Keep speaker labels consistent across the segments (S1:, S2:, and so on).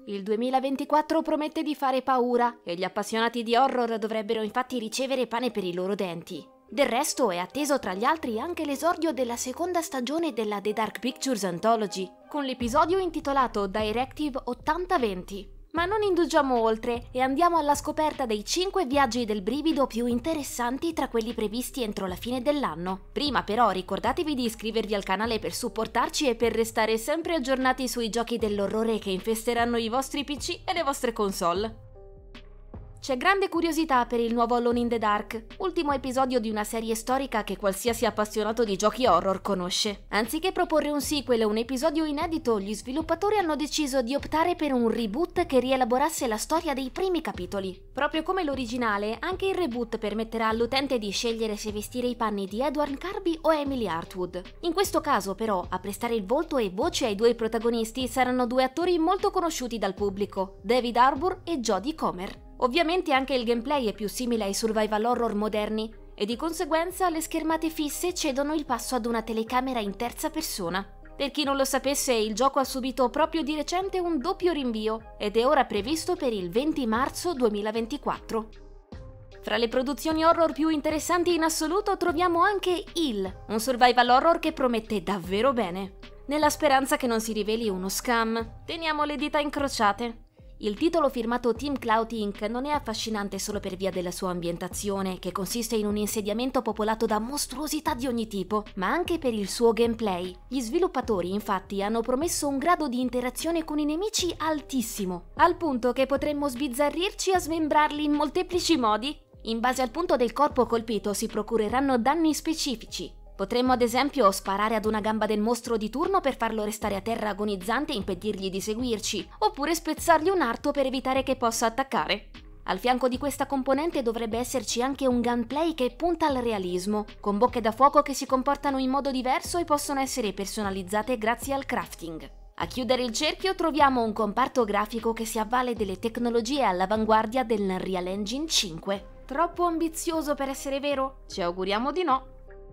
S1: Il 2024 promette di fare paura e gli appassionati di horror dovrebbero infatti ricevere pane per i loro denti. Del resto è atteso tra gli altri anche l'esordio della seconda stagione della The Dark Pictures Anthology, con l'episodio intitolato Directive 8020. Ma non indugiamo oltre e andiamo alla scoperta dei 5 viaggi del brivido più interessanti tra quelli previsti entro la fine dell'anno. Prima però ricordatevi di iscrivervi al canale per supportarci e per restare sempre aggiornati sui giochi dell'orrore che infesteranno i vostri PC e le vostre console. C'è grande curiosità per il nuovo Alone in the Dark, ultimo episodio di una serie storica che qualsiasi appassionato di giochi horror conosce. Anziché proporre un sequel o un episodio inedito, gli sviluppatori hanno deciso di optare per un reboot che rielaborasse la storia dei primi capitoli. Proprio come l'originale, anche il reboot permetterà all'utente di scegliere se vestire i panni di Edward Kirby o Emily Artwood. In questo caso, però, a prestare il volto e voce ai due protagonisti saranno due attori molto conosciuti dal pubblico, David Harbour e Jodie Comer. Ovviamente anche il gameplay è più simile ai survival horror moderni e di conseguenza le schermate fisse cedono il passo ad una telecamera in terza persona. Per chi non lo sapesse, il gioco ha subito proprio di recente un doppio rinvio ed è ora previsto per il 20 marzo 2024. Fra le produzioni horror più interessanti in assoluto troviamo anche Hill, un survival horror che promette davvero bene. Nella speranza che non si riveli uno scam, teniamo le dita incrociate. Il titolo firmato Team Cloud Inc. non è affascinante solo per via della sua ambientazione, che consiste in un insediamento popolato da mostruosità di ogni tipo, ma anche per il suo gameplay. Gli sviluppatori, infatti, hanno promesso un grado di interazione con i nemici altissimo, al punto che potremmo sbizzarrirci a smembrarli in molteplici modi. In base al punto del corpo colpito si procureranno danni specifici. Potremmo ad esempio sparare ad una gamba del mostro di turno per farlo restare a terra agonizzante e impedirgli di seguirci, oppure spezzargli un arto per evitare che possa attaccare. Al fianco di questa componente dovrebbe esserci anche un gunplay che punta al realismo, con bocche da fuoco che si comportano in modo diverso e possono essere personalizzate grazie al crafting. A chiudere il cerchio troviamo un comparto grafico che si avvale delle tecnologie all'avanguardia del Unreal Engine 5. Troppo ambizioso per essere vero? Ci auguriamo di no.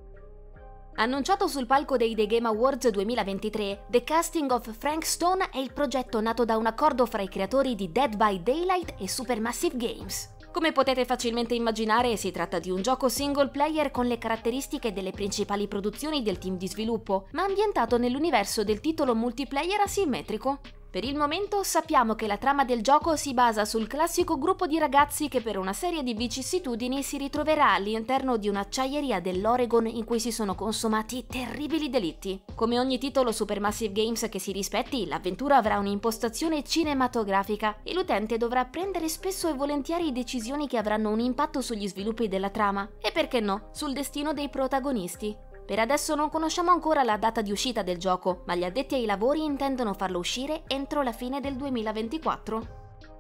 S1: Annunciato sul palco dei The Game Awards 2023, The Casting of Frank Stone è il progetto nato da un accordo fra i creatori di Dead by Daylight e Supermassive Games. Come potete facilmente immaginare, si tratta di un gioco single player con le caratteristiche delle principali produzioni del team di sviluppo, ma ambientato nell'universo del titolo multiplayer asimmetrico. Per il momento sappiamo che la trama del gioco si basa sul classico gruppo di ragazzi che per una serie di vicissitudini si ritroverà all'interno di un'acciaieria dell'Oregon in cui si sono consumati terribili delitti. Come ogni titolo Supermassive Games che si rispetti, l'avventura avrà un'impostazione cinematografica e l'utente dovrà prendere spesso e volentieri decisioni che avranno un impatto sugli sviluppi della trama e, perché no, sul destino dei protagonisti. Per adesso non conosciamo ancora la data di uscita del gioco, ma gli addetti ai lavori intendono farlo uscire entro la fine del 2024.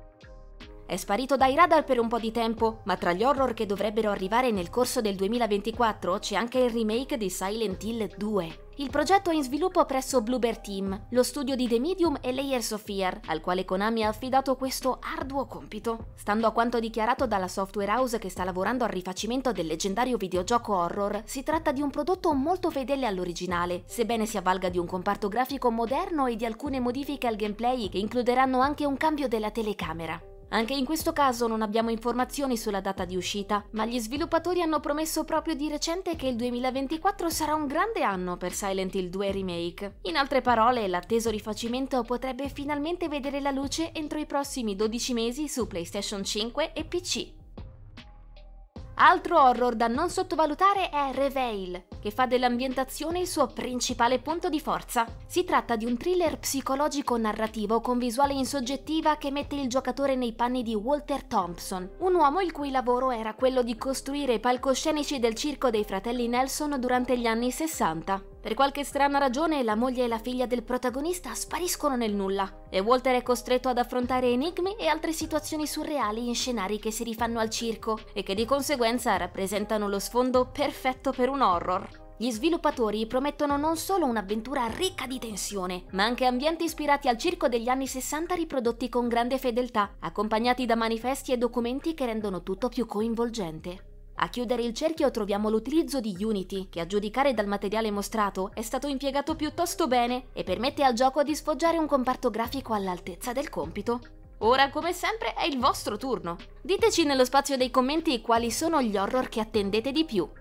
S1: È sparito dai radar per un po' di tempo, ma tra gli horror che dovrebbero arrivare nel corso del 2024 c'è anche il remake di Silent Hill 2. Il progetto è in sviluppo presso Bloober Team, lo studio di The Medium e Layers of Fear, al quale Konami ha affidato questo arduo compito. Stando a quanto dichiarato dalla software house che sta lavorando al rifacimento del leggendario videogioco horror, si tratta di un prodotto molto fedele all'originale, sebbene si avvalga di un comparto grafico moderno e di alcune modifiche al gameplay che includeranno anche un cambio della telecamera. Anche in questo caso non abbiamo informazioni sulla data di uscita, ma gli sviluppatori hanno promesso proprio di recente che il 2024 sarà un grande anno per Silent Hill 2 Remake. In altre parole, l'atteso rifacimento potrebbe finalmente vedere la luce entro i prossimi 12 mesi su PlayStation 5 e PC. Altro horror da non sottovalutare è Reveil, che fa dell'ambientazione il suo principale punto di forza. Si tratta di un thriller psicologico narrativo con visuale insoggettiva che mette il giocatore nei panni di Walter Thompson, un uomo il cui lavoro era quello di costruire i palcoscenici del circo dei fratelli Nelson durante gli anni 60. Per qualche strana ragione la moglie e la figlia del protagonista spariscono nel nulla e Walter è costretto ad affrontare enigmi e altre situazioni surreali in scenari che si rifanno al circo e che di conseguenza rappresentano lo sfondo perfetto per un horror. Gli sviluppatori promettono non solo un'avventura ricca di tensione, ma anche ambienti ispirati al circo degli anni 60 riprodotti con grande fedeltà, accompagnati da manifesti e documenti che rendono tutto più coinvolgente. A chiudere il cerchio troviamo l'utilizzo di Unity, che a giudicare dal materiale mostrato è stato impiegato piuttosto bene e permette al gioco di sfoggiare un comparto grafico all'altezza del compito. Ora, come sempre, è il vostro turno. Diteci nello spazio dei commenti quali sono gli horror che attendete di più.